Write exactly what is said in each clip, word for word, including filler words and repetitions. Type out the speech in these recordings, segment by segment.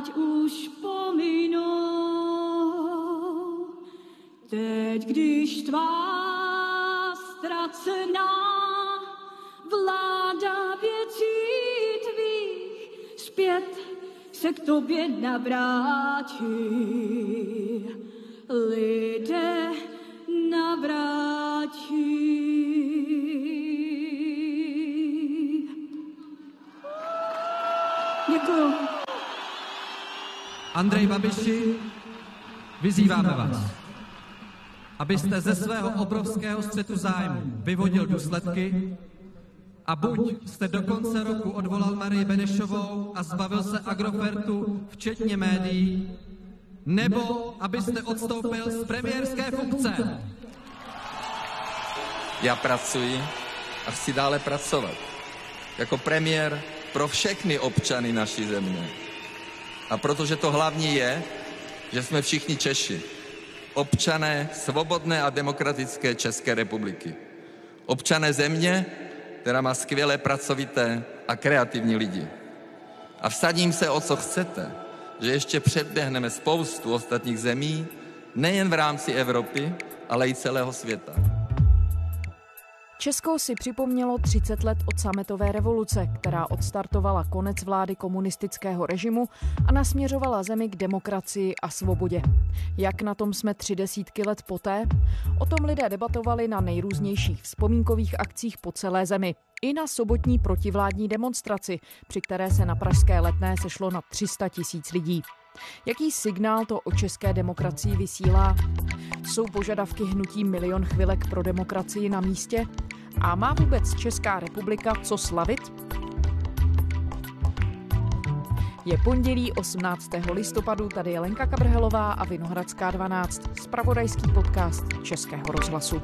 ať už pominou. Teď, když tvá ztracená vláda věcí tvých zpět se k tobě navrátí, lidé navrátí. Děkuju. Andrej Babiši, vyzýváme vás, abyste ze svého obrovského střetu zájmu vyvodil důsledky a buď jste do konce roku odvolal Marii Benešovou a zbavil se Agrofertu, včetně médií, nebo abyste odstoupil z premiérské funkce. Já pracuji a chci dále pracovat jako premiér pro všechny občany naší země. A protože to hlavní je, že jsme všichni Češi, občané svobodné a demokratické České republiky. Občané země, která má skvělé, pracovité a kreativní lidi. A vsadím se, o co chcete, že ještě předběhneme spoustu ostatních zemí, nejen v rámci Evropy, ale i celého světa. Česko si připomnělo třicet let od sametové revoluce, která odstartovala konec vlády komunistického režimu a nasměřovala zemi k demokracii a svobodě. Jak na tom jsme tři desítky let poté? O tom lidé debatovali na nejrůznějších vzpomínkových akcích po celé zemi. I na sobotní protivládní demonstraci, při které se na pražské Letné sešlo na tři sta tisíc lidí. Jaký signál to o české demokracii vysílá? Jsou požadavky hnutí Milion chvilek pro demokracii na místě? A má vůbec Česká republika co slavit? Je pondělí osmnáctého listopadu, tady je Lenka Kabrhelová a Vinohradská dvanáct, zpravodajský podcast Českého rozhlasu.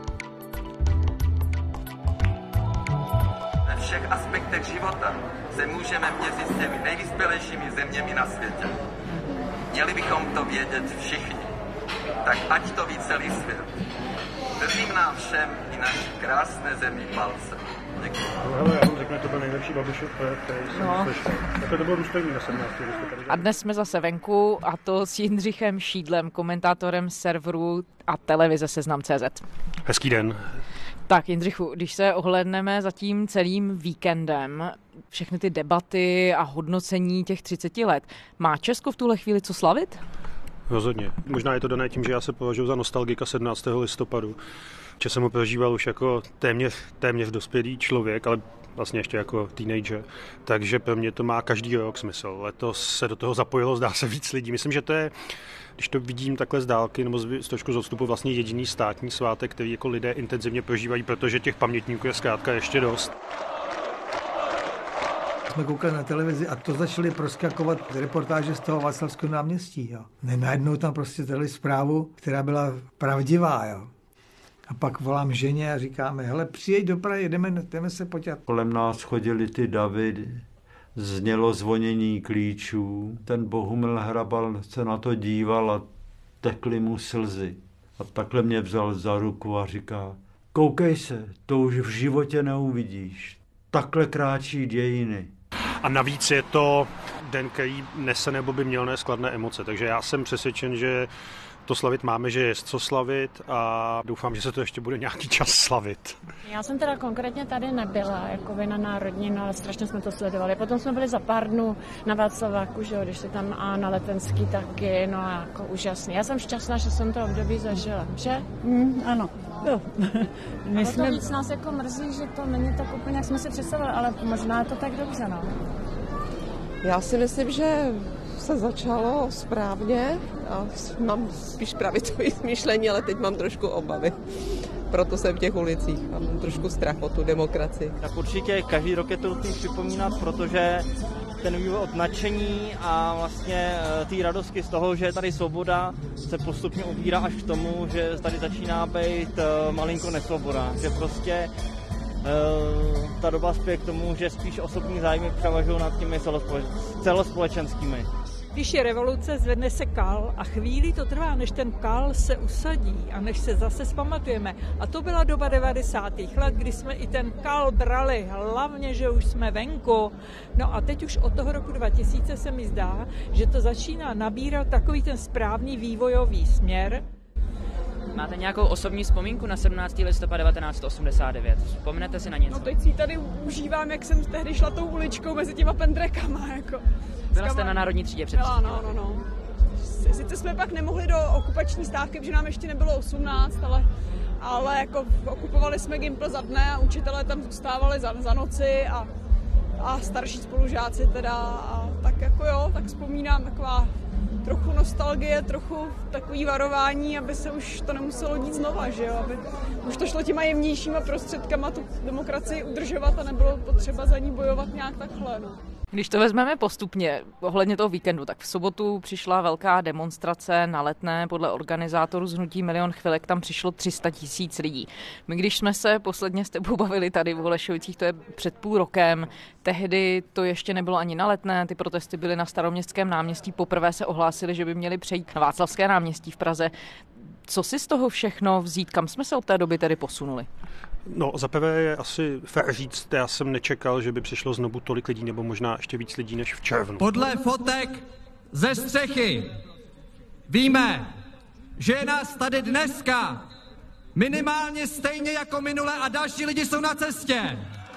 Ve všech aspektech života se můžeme měřit s těmi nejvyspělejšími zeměmi na světě. Měli bychom to vědět všichni. Tak ať to ví celý svět. Držím nám všem i naší krásné zemi palce. Děkuji. No hele, já vám řeknu, to byl nejlepší Babišův projev, který jsem no. slyšel. Takhle to bylo důstojný na sedmnáctého listopadu. A dnes jsme zase venku, a to s Jindřichem Šídlem, komentátorem serveru a televize Seznam tečka cé zet. Hezký den. Tak Jindřichu, když se ohlédneme za tím celým víkendem, všechny ty debaty a hodnocení těch třiceti let, má Česko v tuhle chvíli co slavit? Rozhodně. Možná je to dané tím, že já se považuji za nostalgika sedmnáctého listopadu. Že jsem ho prožíval už jako téměř, téměř dospělý člověk, ale vlastně ještě jako teenager. Takže pro mě to má každý rok smysl. Letos se do toho zapojilo, zdá se, víc lidí. Myslím, že to je, když to vidím takhle z dálky nebo z trošku z odstupu, vlastně jediný státní svátek, který jako lidé intenzivně prožívají, protože těch pamětníků je zkrátka ještě dost. Jsme koukali na televizi a to začaly proskakovat reportáže z toho Václavského náměstí. Jo. Najednou tam prostě dali zprávu, která byla pravdivá. Jo. A pak volám ženě a říkáme, hele, přijeď do Prahy, jdeme, jdeme se poťat. Kolem nás chodili ty davy, znělo zvonění klíčů. Ten Bohumil Hrabal se na to díval a tekly mu slzy. A takhle mě vzal za ruku a říká, koukej se, to už v životě neuvidíš. Takhle kráčí dějiny. A navíc je to den, který nese nebo by měl nést kladné emoce. Takže já jsem přesvědčen, že to slavit máme, že je co slavit a doufám, že se to ještě bude nějaký čas slavit. Já jsem teda konkrétně tady nebyla, jako by na Národní, no ale strašně jsme to sledovali. Potom jsme byli za pár dnů na Václaváku, že jo, když se tam a na Letenský taky, no a jako úžasný. Já jsem šťastná, že jsem to období zažila, že? Mm, ano. Jo. My jsme... to víc nás jako mrzí, že to není tak úplně, jak jsme si představili, ale možná je to tak dobře, no. Já si myslím, že se začalo správně a mám spíš pravicové smýšlení, ale teď mám trošku obavy. Proto jsem v těch ulicích a mám trošku strach o tu demokracii. Tak určitě každý rok je to nutné připomínat, protože ten vývoj od nadšení a vlastně té radosti z toho, že je tady svoboda, se postupně ubírá až k tomu, že tady začíná být malinko nesvoboda. Že prostě uh, ta doba spěje k tomu, že spíš osobní zájmy převažují nad těmi celospolečenskými. Když je revoluce, zvedne se kal a chvíli to trvá, než ten kal se usadí a než se zase zpamatujeme. A to byla doba devadesátých let, kdy jsme i ten kal brali, hlavně, že už jsme venku. No a teď už od toho roku dva tisíce se mi zdá, že to začíná nabírat takový ten správný vývojový směr. Máte nějakou osobní vzpomínku na sedmnáctého listopadu devatenáct osmdesát devět? Vzpomenete si na něco? No teď si tady užívám, jak jsem tehdy šla tou uličkou mezi těma pendrekama. Jako. Byla jste na Národní třídě před Byla, no, no, no. Sice jsme pak nemohli do okupační stávky, protože nám ještě nebylo osmnáct, ale, ale jako okupovali jsme Gimpl za dne a učitelé tam zůstávali za, za noci a, a starší spolužáci teda. A tak jako jo, tak vzpomínám taková trochu nostalgie, trochu takový varování, aby se už to nemuselo dít znova, že jo, aby už to šlo těma jemnějšíma prostředkama tu demokracii udržovat a nebylo potřeba za ní bojovat nějak takhle, no. Když to vezmeme postupně, ohledně toho víkendu, tak v sobotu přišla velká demonstrace na Letné, podle organizátorů z hnutí Milion chvilek tam přišlo tři sta tisíc lidí. My když jsme se posledně s tebou bavili tady v Holešovicích, to je před půl rokem, tehdy to ještě nebylo ani na Letné, ty protesty byly na Staroměstském náměstí, poprvé se ohlásili, že by měli přejít na Václavské náměstí v Praze. Co si z toho všechno vzít, kam jsme se od té doby tedy posunuli? No, za prvé je asi fér říct, já jsem nečekal, že by přišlo znovu tolik lidí, nebo možná ještě víc lidí než v červnu. Podle fotek ze střechy víme, že je nás tady dneska minimálně stejně jako minule a další lidi jsou na cestě.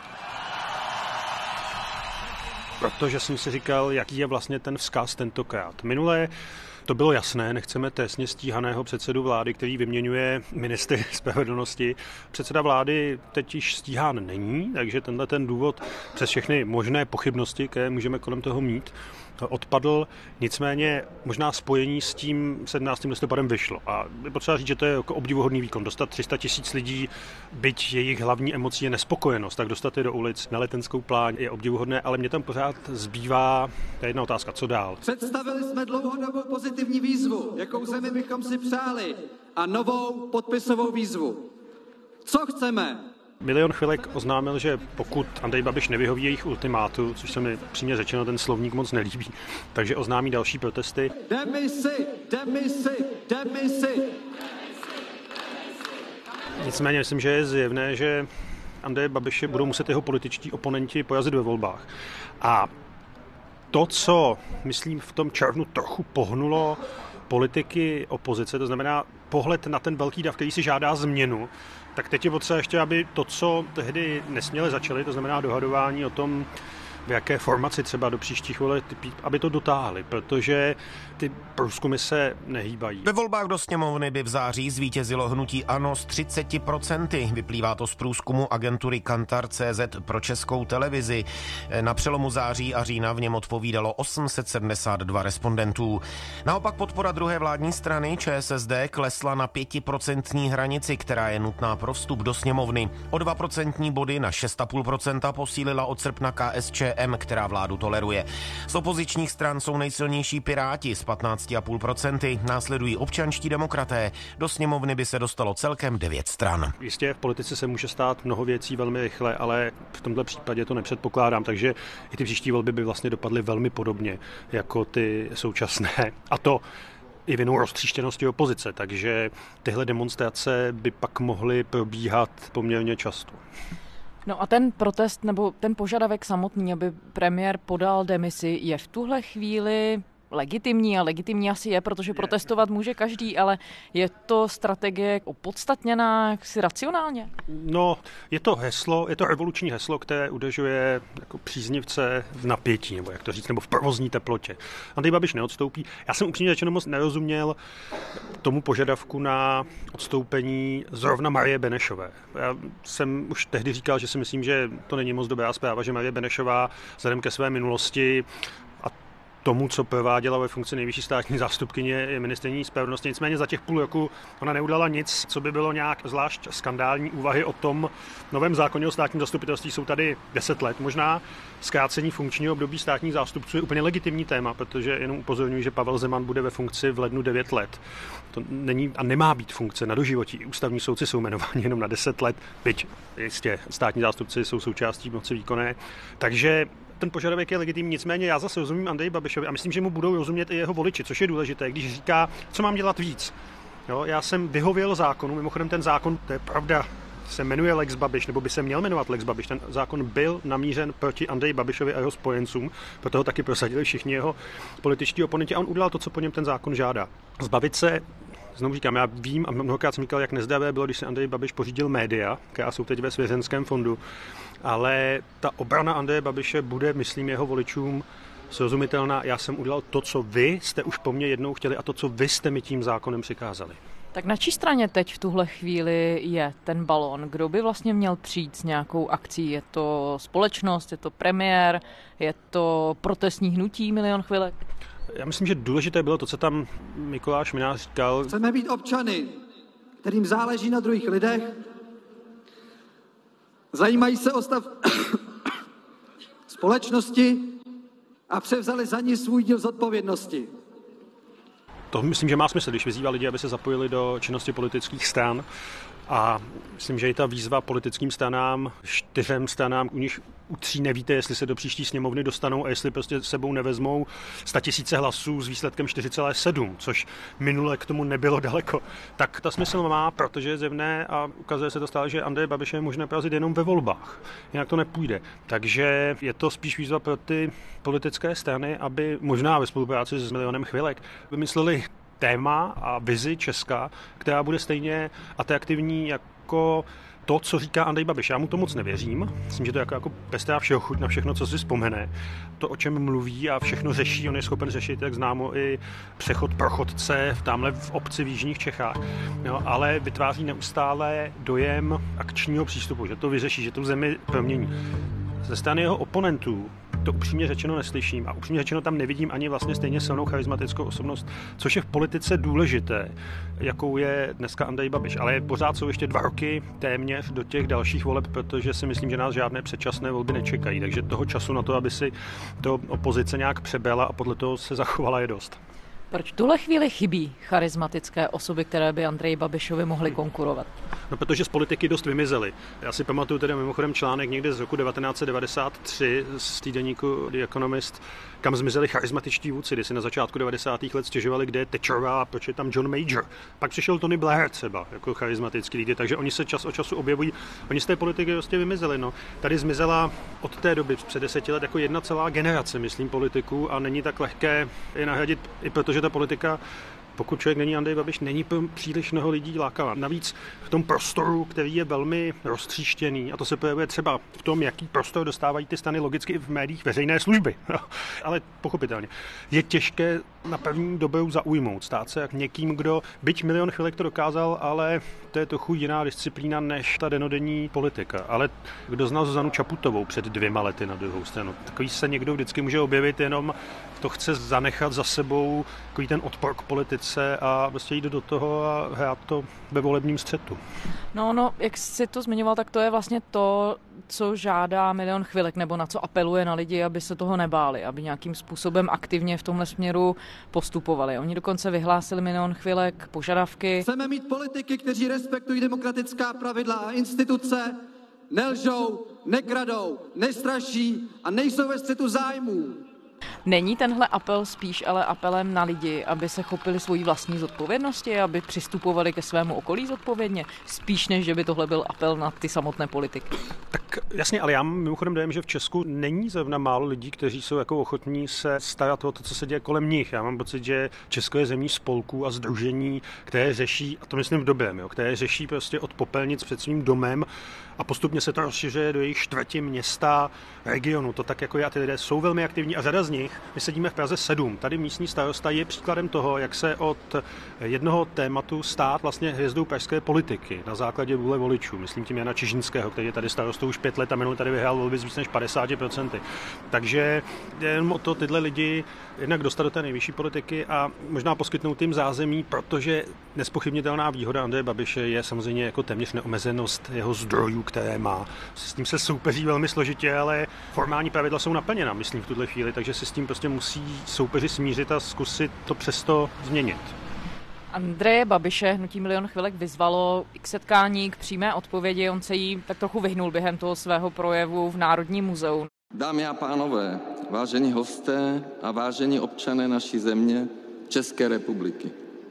Protože jsem si říkal, jaký je vlastně ten vzkaz tentokrát. Minule to bylo jasné, nechceme trestně stíhaného předsedu vlády, který vyměňuje ministry spravedlnosti. Předseda vlády teď již stíhán není, takže tenhle ten důvod přes všechny možné pochybnosti, které můžeme kolem toho mít, odpadl. Nicméně možná spojení s tím sedmnáctým listopadem vyšlo. A je potřeba říct, že to je jako obdivuhodný výkon. Dostat tři sta tisíc lidí, byť jejich hlavní emocí je nespokojenost, tak dostat je do ulic na Letenskou pláň je obdivuhodné, ale mě tam pořád zbývá ta jedna otázka, co dál. Představili jsme dlouhodobou pozitivní výzvu, jakou zemi bychom si přáli, a novou podpisovou výzvu. Co chceme? Milion chvilek oznámil, že pokud Andrej Babiš nevyhoví jejich ultimátu, což se mi přímě řečeno ten slovník moc nelíbí, takže oznámí další protesty. Demisi, demisi, demisi. Nicméně myslím, že je zjevné, že Andreje Babiše budou muset jeho političtí oponenti porazit ve volbách. A to, co, myslím, v tom červnu trochu pohnulo politiky opozice, to znamená pohled na ten velký dav, který si žádá změnu, tak teď je potřeba ještě, aby to, co tehdy nesměle začali, to znamená dohadování o tom, v jaké formaci třeba do příštích voleb, aby to dotáhli, protože ty průzkumy se nehýbají. Ve volbách do sněmovny by v září zvítězilo hnutí ANO s třiceti procenty. Vyplývá to z průzkumu agentury Kantar tečka cé zet pro Českou televizi. Na přelomu září a října v něm odpovídalo osm set sedmdesát dva respondentů. Naopak podpora druhé vládní strany ČSSD klesla na pětiprocentní hranici, která je nutná pro vstup do sněmovny. O dva procentní body na šest celá pět procenta posílila od srpna KSČM, která vládu toleruje. Z opozičních stran jsou nejsilnější Piráti s patnáct celá pět procenta, následují občanští demokraté. Do sněmovny by se dostalo celkem devět stran. Jistě v politice se může stát mnoho věcí velmi rychle, ale v tomto případě to nepředpokládám, takže i ty příští volby by vlastně dopadly velmi podobně jako ty současné. A to i vinou roztříštěnosti opozice, takže tyhle demonstrace by pak mohly probíhat poměrně často. No a ten protest nebo ten požadavek samotný, aby premiér podal demisi, je v tuhle chvíli legitimní a legitimní asi je, protože protestovat může každý, ale je to strategie opodstatněná jaksi racionálně? No, je to heslo, je to revoluční heslo, které udržuje jako příznivce v napětí, nebo jak to říct, nebo v provozní teplotě. Andrej Babiš neodstoupí. Já jsem upřímně řečeno moc nerozuměl tomu požadavku na odstoupení zrovna Marie Benešové. Já jsem už tehdy říkal, že si myslím, že to není moc dobrá zpráva, že Marie Benešová vzhledem ke své minulosti tomu, co prováděla ve funkci nejvyšší státní zástupkyně, je ministryní spravedlnosti. Nicméně za těch půl roku ona neudělala nic, co by bylo nějak zvlášť skandální. Úvahy o tom novém zákoně o státním zastupitelství jsou tady deset let. Možná zkrácení funkčního období státních zástupců je úplně legitimní téma, protože jenom upozorňuji, že Pavel Zeman bude ve funkci v lednu devět let. To není a nemá být funkce na doživotí. Ústavní soudci jsou jmenováni jenom na deset let, byť jistě státní zástupci jsou součástí moci výkonné. Takže ten požadavek je legitimní, nicméně já zase rozumím Andreji Babišovi a myslím, že mu budou rozumět i jeho voliči, což je důležité, když říká, co mám dělat víc. Jo, já jsem vyhověl zákonu, mimochodem ten zákon, to je pravda, se jmenuje Lex Babiš, nebo by se měl jmenovat Lex Babiš. Ten zákon byl namířen proti Andreji Babišovi a jeho spojencům, proto ho taky prosadili všichni jeho političtí oponenti a on udělal to, co po něm ten zákon žádá. Zbavit se, znovu říkám, já vím a mnohokrát jsem říkal, jak nezdravé bylo, když se Andrej Babiš pořídil média, která jsou teď ve svěřenském fondu, ale ta obrana Andreje Babiše bude, myslím, jeho voličům srozumitelná. Já jsem udělal to, co vy jste už po mně jednou chtěli a to, co vy jste mi tím zákonem přikázali. Tak na čí straně teď v tuhle chvíli je ten balón? Kdo by vlastně měl přijít s nějakou akcí? Je to společnost, je to premiér, je to protestní hnutí Milion chvilek? Já myslím, že důležité bylo to, co tam Mikuláš Minář říkal. Chceme být občany, kterým záleží na druhých lidech, zajímají se o stav společnosti a převzali za ní svůj díl zodpovědnosti. To myslím, že má smysl, když vyzývá lidi, aby se zapojili do činnosti politických stran. A myslím, že i ta výzva politickým stranám, čtyřem stranám, u nich u tří nevíte, jestli se do příští sněmovny dostanou a jestli prostě sebou nevezmou statisíce hlasů s výsledkem čtyři celé sedm, což minule k tomu nebylo daleko. Tak ta smysl má, protože je zjevné a ukazuje se to stále, že Andreje Babiše je možné porazit jenom ve volbách. Jinak to nepůjde. Takže je to spíš výzva pro ty politické strany, aby možná ve spolupráci s Milionem chvilek vymysleli téma a vizi Česka, která bude stejně atraktivní jako to, co říká Andrej Babiš. Já mu to moc nevěřím. Myslím, že to je jako, jako pestrá všeho chuť na všechno, co si vzpomene. To, o čem mluví a všechno řeší, on je schopen řešit, jak známo, i přechod pro chodce v tamhle v obci v jižních Čechách. Jo, ale vytváří neustále dojem akčního přístupu, že to vyřeší, že tu zemi promění. Ze strany jeho oponentů to upřímně řečeno neslyším a upřímně řečeno tam nevidím ani vlastně stejně silnou charismatickou osobnost, což je v politice důležité, jakou je dneska Andrej Babiš. Ale pořád jsou ještě dva roky téměř do těch dalších voleb, protože si myslím, že nás žádné předčasné volby nečekají. Takže toho času na to, aby si to opozice nějak přebrala a podle toho se zachovala, je dost. Proč v tuhle chvíli chybí charismatické osoby, které by Andreji Babišovi mohly konkurovat? No, protože z politiky dost vymizely. Já si pamatuju tedy mimochodem článek někde z roku devatenáct set devadesát tři z týdeníku The Economist, kam zmizeli charismatičtí vůdci, kdy si na začátku devadesátých let stěžovali, kde je Thatcherová a proč je tam John Major. Pak přišel Tony Blair třeba, jako charismatický lídr, takže oni se čas od času objevují. Oni z té politiky prostě vymizeli. No. Tady zmizela od té doby, před deseti let, jako jedna celá generace, myslím, politiků a není tak lehké je nahradit, i protože ta politika, pokud člověk není Andrej Babiš, není příliš mnoho lidí lákavá. Navíc v tom prostoru, který je velmi roztříštěný, a to se projevuje třeba v tom, jaký prostor dostávají ty strany logicky i v médiích veřejné služby. Ale pochopitelně. Je těžké na první dobrou zaujmout, stát se jak někým, kdo, byť Milion chvilek to dokázal, ale to je trochu jiná disciplína než ta denodenní politika. Ale kdo znal Zuzanu Čaputovou před dvěma lety na druhou stranu. Takový se někdo vždycky může objevit, jenom to chce zanechat za sebou takový ten odpor k politice a prostě jít do toho a hrát to ve volebním střetu. No, no, jak jsi to zmiňoval, tak to je vlastně to, co žádá Milion chvilek, nebo na co apeluje na lidi, aby se toho nebáli, aby nějakým způsobem aktivně v tomhle směru postupovali. Oni dokonce vyhlásili Milion chvilek požadavky. Chceme mít politiky, kteří respektují demokratická pravidla a instituce, nelžou, nekradou, nestraší a nejsou ve střetu zájmů. Není tenhle apel spíš ale apelem na lidi, aby se chopili svojí vlastní zodpovědnosti, aby přistupovali ke svému okolí zodpovědně, spíš než že by tohle byl apel na ty samotné politiky? Tak jasně, ale já mám mimochodem dojem, že v Česku není zrovna málo lidí, kteří jsou jako ochotní se starat o to, co se děje kolem nich. Já mám pocit, že Česko je zemí spolků a sdružení, které řeší, a to myslím v dobrém, jo, které řeší prostě od popelnic před svým domem a postupně se to rozšiřuje do jejich čtvrti, města, regionu. To tak jako já, ty lidé jsou velmi aktivní a řada z nich, my sedíme v Praze sedm, tady místní starosta je příkladem toho, jak se od jednoho tématu stát vlastně hvězdou pražské politiky na základě vůle voličů. Myslím tím Jana Čižinského, který je tady starostou už pět let a minulý tady vyhrál volby z víc než padesát procent. Takže jenom o to tyhle lidi jednak dostat do té nejvyšší politiky a možná poskytnout jim zázemí, protože nespochybnitelná výhoda Andreje Babiše je samozřejmě jako téměř neomezenost jeho zdrojů, které má. S tím se soupeří velmi složitě, ale formální pravidla jsou naplněna, myslím v tuhle chvíli, takže si s tím prostě musí soupeři smířit a zkusit to přesto změnit. Andreje Babiše hnutí Milion chvilek vyzvalo k setkání, k přímé odpovědi. On se jí tak trochu vyhnul během toho svého projevu v Národním muzeu. Dámy a pánové, vážení hosté a vážení občané naší země, České republiky.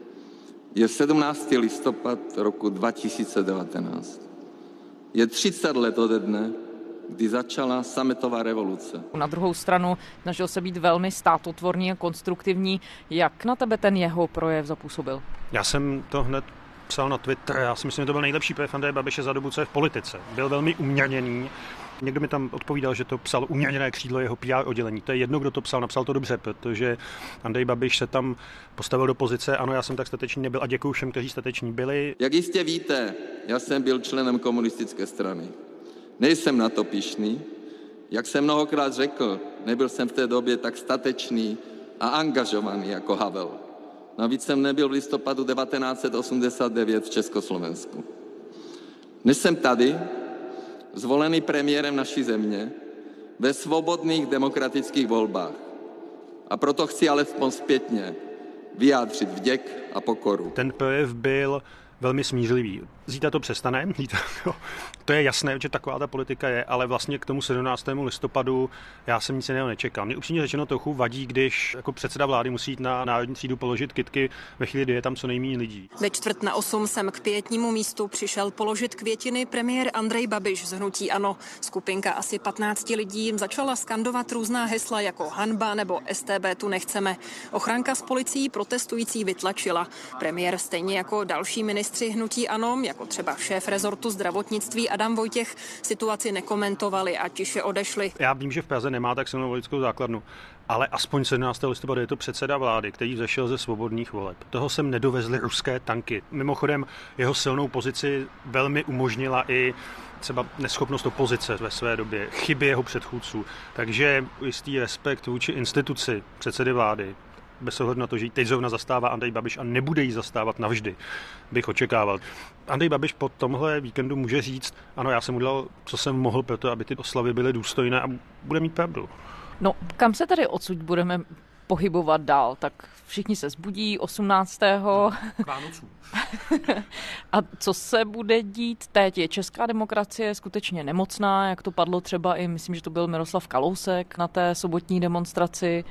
Je sedmnáctého listopad roku dva tisíce devatenáct. Je třicet let ode dne, kdy začala sametová revoluce. Na druhou stranu snažil se být velmi státotvorný a konstruktivní. Jak na tebe ten jeho projev zapůsobil? Já jsem to hned psal na Twitter. Já si myslím, že to byl nejlepší projev Andreje Babiše za dobu, co je v politice. Byl velmi umírněný. Někdo mi tam odpovídal, že to psal umírněné křídlo jeho P R oddělení. To je jedno, kdo to psal, napsal to dobře, protože Andrej Babiš se tam postavil do pozice, ano, já jsem tak statečný nebyl a děkuji všem, kteří stateční byli. Jak jistě víte, já jsem byl členem komunistické strany. Nejsem na to pyšný. Jak jsem mnohokrát řekl, nebyl jsem v té době tak statečný a angažovaný jako Havel. Navíc jsem nebyl v listopadu devatenáct set osmdesát devět v Československu. Dnes jsem tady, zvolený premiérem naší země, ve svobodných demokratických volbách. A proto chci alespoň zpětně vyjádřit vděk a pokoru. Ten projev byl velmi smířlivý. Zítra to přestane, zítra to, to je jasné, že taková ta politika je, ale vlastně k tomu sedmnáctému listopadu já jsem nic jiného nečekal. Mě upřímně řečeno trochu vadí, když jako předseda vlády musí jít na Národní třídu položit kytky ve chvíli, kdy je tam co nejméně lidí. Ve čtvrt na osm jsem k pietnímu místu přišel položit květiny premiér Andrej Babiš z hnutí ANO. Skupinka asi patnácti lidí jim začala skandovat různá hesla jako hanba nebo S T B tu nechceme. Ochranka s policií protestující vytlačila. Premiér stejně jako další ministři hnutí ANO, jako třeba šéf rezortu zdravotnictví Adam Vojtěch, situaci nekomentovali a tiše odešli. Já vím, že v Praze nemá tak silnou voličskou základnu, ale aspoň sedmnáctého listopadu je to předseda vlády, který vzešel ze svobodných voleb. Toho sem nedovezly ruské tanky. Mimochodem jeho silnou pozici velmi umožnila i třeba neschopnost opozice ve své době, chyby jeho předchůdců. Takže jistý respekt vůči instituci předsedy vlády, bez ohledu na to, že ji teď zrovna zastává Andrej Babiš a nebude jí zastávat navždy, bych očekával. Andrej Babiš po tomhle víkendu může říct, ano, já jsem udělal, co jsem mohl pro to, aby ty oslavy byly důstojné a bude mít pravdu. No, kam se tady odsud budeme pohybovat dál? Tak všichni se zbudí osmnáctého K Vánocům. A co se bude dít teď? Je česká demokracie skutečně nemocná, jak to padlo třeba i, myslím, že to byl Miroslav Kalousek na té sobotní demonstraci?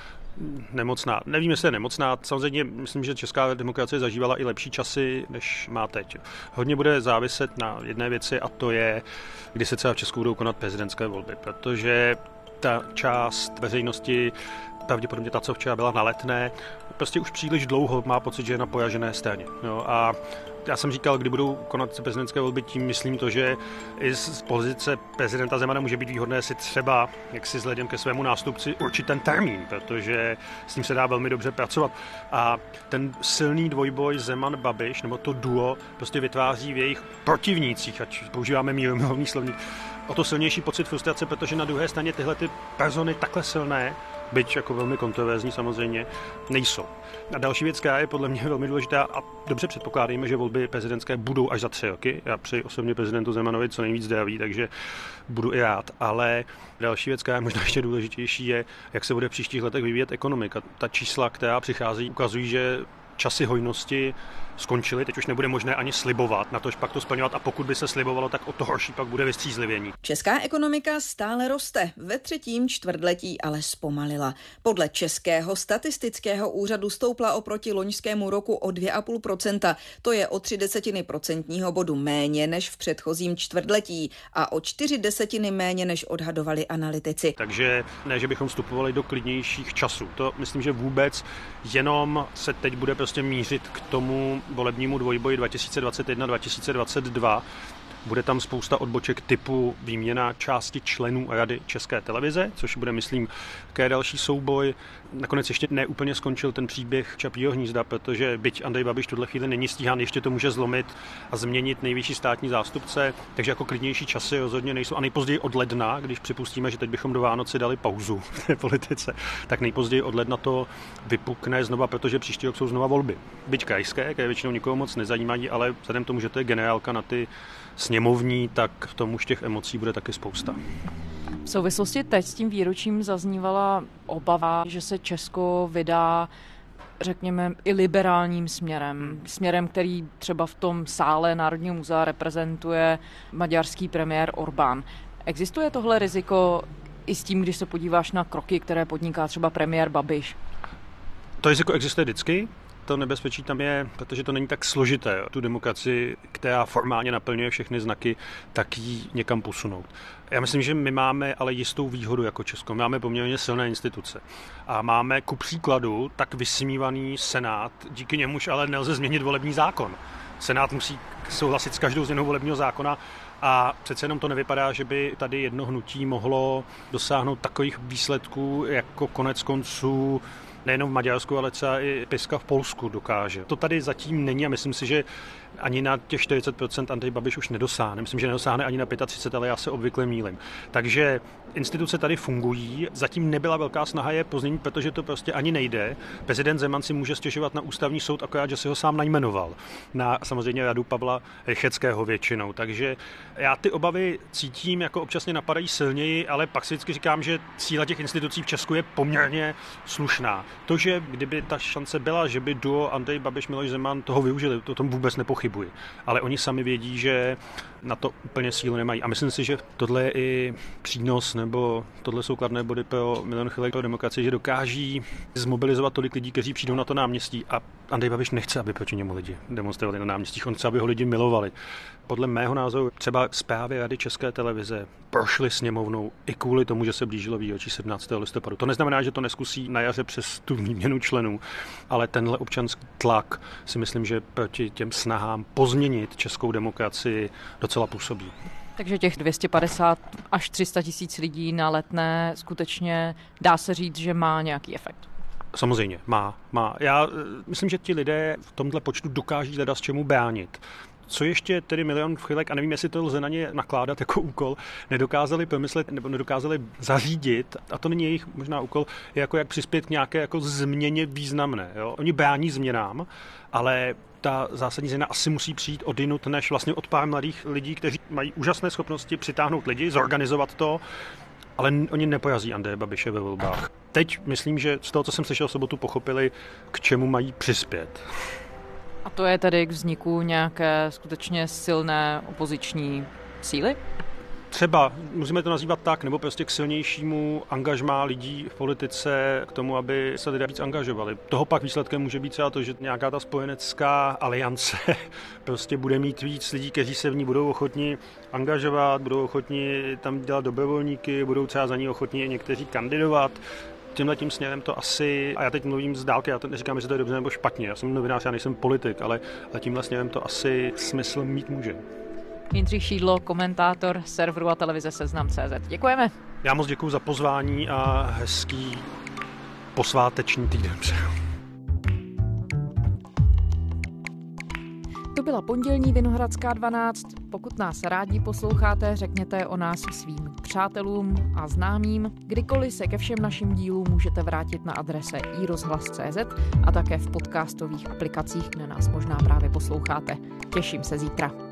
Nemocná. Nevím, jestli je nemocná. Samozřejmě myslím, že česká demokracie zažívala i lepší časy, než má teď. Hodně bude záviset na jedné věci a to je, kdy se třeba v Česku budou konat prezidentské volby, protože ta část veřejnosti, pravděpodobně ta, co včera byla na Letné, prostě už příliš dlouho má pocit, že je na poražené straně. Jo, a já jsem říkal, kdy budou konat prezidentské volby, tím myslím to, že i z pozice prezidenta Zemana může být výhodné si třeba, jak si vzhledem ke svému nástupci, určit ten termín, protože s ním se dá velmi dobře pracovat. A ten silný dvojboj Zeman-Babiš, nebo to duo, prostě vytváří v jejich protivnících, ať používáme mírumilovný slovník, o to silnější pocit frustrace, protože na druhé straně tyhle ty persony takhle silné, byť jako velmi kontroverzní samozřejmě, nejsou. A další věc, která je podle mě velmi důležitá a dobře předpokládejme, že volby prezidentské budou až za tři roky. Já přeji osobně prezidentu Zemanovi co nejvíc zdraví, takže budu i rád. Ale další věc, která je možná ještě důležitější, je, jak se bude v příštích letech vyvíjet ekonomika. Ta čísla, která přichází, ukazují, že časy hojnosti skončily, teď už nebude možné ani slibovat, na tož pak to splňovat a pokud by se slibovalo, tak o to horší pak bude vystřízlivění. Česká ekonomika stále roste, ve třetím čtvrtletí ale zpomalila. Podle Českého statistického úřadu stoupla oproti loňskému roku o dvě celá pět procenta, to je o tři desetiny procentního bodu méně než v předchozím čtvrtletí a o čtyři desetiny méně než odhadovali analytici. Takže ne, že bychom vstupovali do klidnějších časů, to myslím, že vůbec, jenom se teď bude prostě mířit k tomu volebnímu dvojboji dva tisíce dvacet jedna dva tisíce dvacet dva. Bude tam spousta odboček typu výměna části členů Rady České televize, což bude, myslím, také další souboj. Nakonec ještě neúplně skončil ten příběh Čapího hnízda, protože byť Andrej Babiš v tuhle chvíli není stíhán, ještě to může zlomit a změnit nejvyšší státní zástupce, takže jako klidnější časy rozhodně nejsou. A nejpozději od ledna, když připustíme, že teď bychom do Vánoci dali pauzu v té politice, tak nejpozději od ledna to vypukne znova, protože příští rok jsou znova volby. Byť krajské, které většinou nikoho moc nezajímají, ale vzhledem k tomu, že to je generálka na ty sněmovní, tak v tom už těch emocí bude taky spousta. V souvislosti teď s tím výročím zaznívala obava, že se Česko vydá, řekněme, i liberálním směrem. Směrem, který třeba v tom sále Národního muzea reprezentuje maďarský premiér Orbán. Existuje tohle riziko i s tím, když se podíváš na kroky, které podniká třeba premiér Babiš? To riziko existuje vždycky. To nebezpečí tam je, protože to není tak složité. Tu demokracii, která formálně naplňuje všechny znaky, tak ji někam posunout. Já myslím, že my máme ale jistou výhodu jako Česko. Máme poměrně silné instituce. A máme ku příkladu tak vysmívaný Senát, díky němuž ale nelze změnit volební zákon. Senát musí souhlasit s každou změnou volebního zákona a přece jenom to nevypadá, že by tady jedno hnutí mohlo dosáhnout takových výsledků jako konec konců nejenom v Maďarsku, ale třeba i Piska v Polsku dokáže. To tady zatím není a myslím si, že ani na těch čtyřicet procent Andrej Babiš už nedosáhne. Myslím, že nedosáhne ani na třicet pět, ale já se obvykle mýlím. Takže instituce tady fungují. Zatím nebyla velká snaha je pozměnit, protože to prostě ani nejde. Prezident Zeman si může stěžovat na ústavní soud, akorát, že si ho sám najmenoval. Na samozřejmě radu Pavla Rychetského většinou. Takže já ty obavy cítím, jako občas mě napadají silněji, ale pak si vždycky říkám, že síla těch institucí v Česku je poměrně slušná. To, že kdyby ta šance byla, že by duo Andrej Babiš Miloš Zeman toho využili, to tom vůbec nepochybuji. Ale oni sami vědí, že na to úplně sílu nemají. A myslím si, že tohle je i přínos, nebo tohle jsou kladné body pro Milan Chilek, pro demokracii, že dokáží zmobilizovat tolik lidí, kteří přijdou na to náměstí. A Andrej Babiš nechce, aby proti němu lidi demonstrovali na náměstích. On chce, aby ho lidi milovali. Podle mého názoru třeba zprávy Rady České televize prošly sněmovnou i kvůli tomu, že se blížilo výročí sedmnáctého listopadu. To neznamená, že to neskusí na jaře přes tu výměnu členů, ale tenhle občanský tlak si myslím, že proti těm snahám pozměnit českou demokracii docela působí. Takže těch dvě stě padesát až tři sta tisíc lidí na Letné skutečně dá se říct, že má nějaký efekt. Samozřejmě, má, má. Já myslím, že ti lidé v tomhle počtu dokáží hledat, s čemu bránit. Co ještě tedy Milion Chilek, a nevím, jestli to lze na ně nakládat jako úkol, nedokázali pomyslet nebo nedokázali zařídit, a to není jejich možná úkol, je jako jak přispět k nějaké jako změně významné. Jo? Oni brání změnám, ale ta zásadní změna asi musí přijít odinut, než vlastně od pár mladých lidí, kteří mají úžasné schopnosti přitáhnout lidi, zorganizovat to, ale oni neporazí Andreje Babiše ve volbách. Teď myslím, že z toho, co jsem slyšel v sobotu, pochopili, k čemu mají přispět. A to je tedy k vzniku nějaké skutečně silné opoziční síly? Třeba, musíme to nazývat tak, nebo prostě k silnějšímu angažmá lidí v politice, k tomu, aby se lidé víc angažovali. Toho pak výsledkem může být třeba to, že nějaká ta spojenecká aliance prostě bude mít víc lidí, kteří se v ní budou ochotní angažovat, budou ochotní tam dělat dobrovolníky, budou třeba za ní ochotní někteří kandidovat. Tímhle tím směrem to asi, a já teď mluvím z dálky, já to neříkám, že to je dobře nebo špatně, já jsem novinář, já nejsem politik, ale, ale tímhle směrem to asi smysl mít může. Jindřich Šídlo, komentátor serveru a televize Seznam tečka cé zet. Děkujeme. Já moc děkuju za pozvání a hezký posváteční týden přeju. To byla pondělní Vinohradská dvanáct. Pokud nás rádi posloucháte, řekněte o nás svým přátelům a známým. Kdykoliv se ke všem našim dílům můžete vrátit na adrese i rozhlas tečka cé zet a také v podcastových aplikacích, kde nás možná právě posloucháte. Těším se zítra.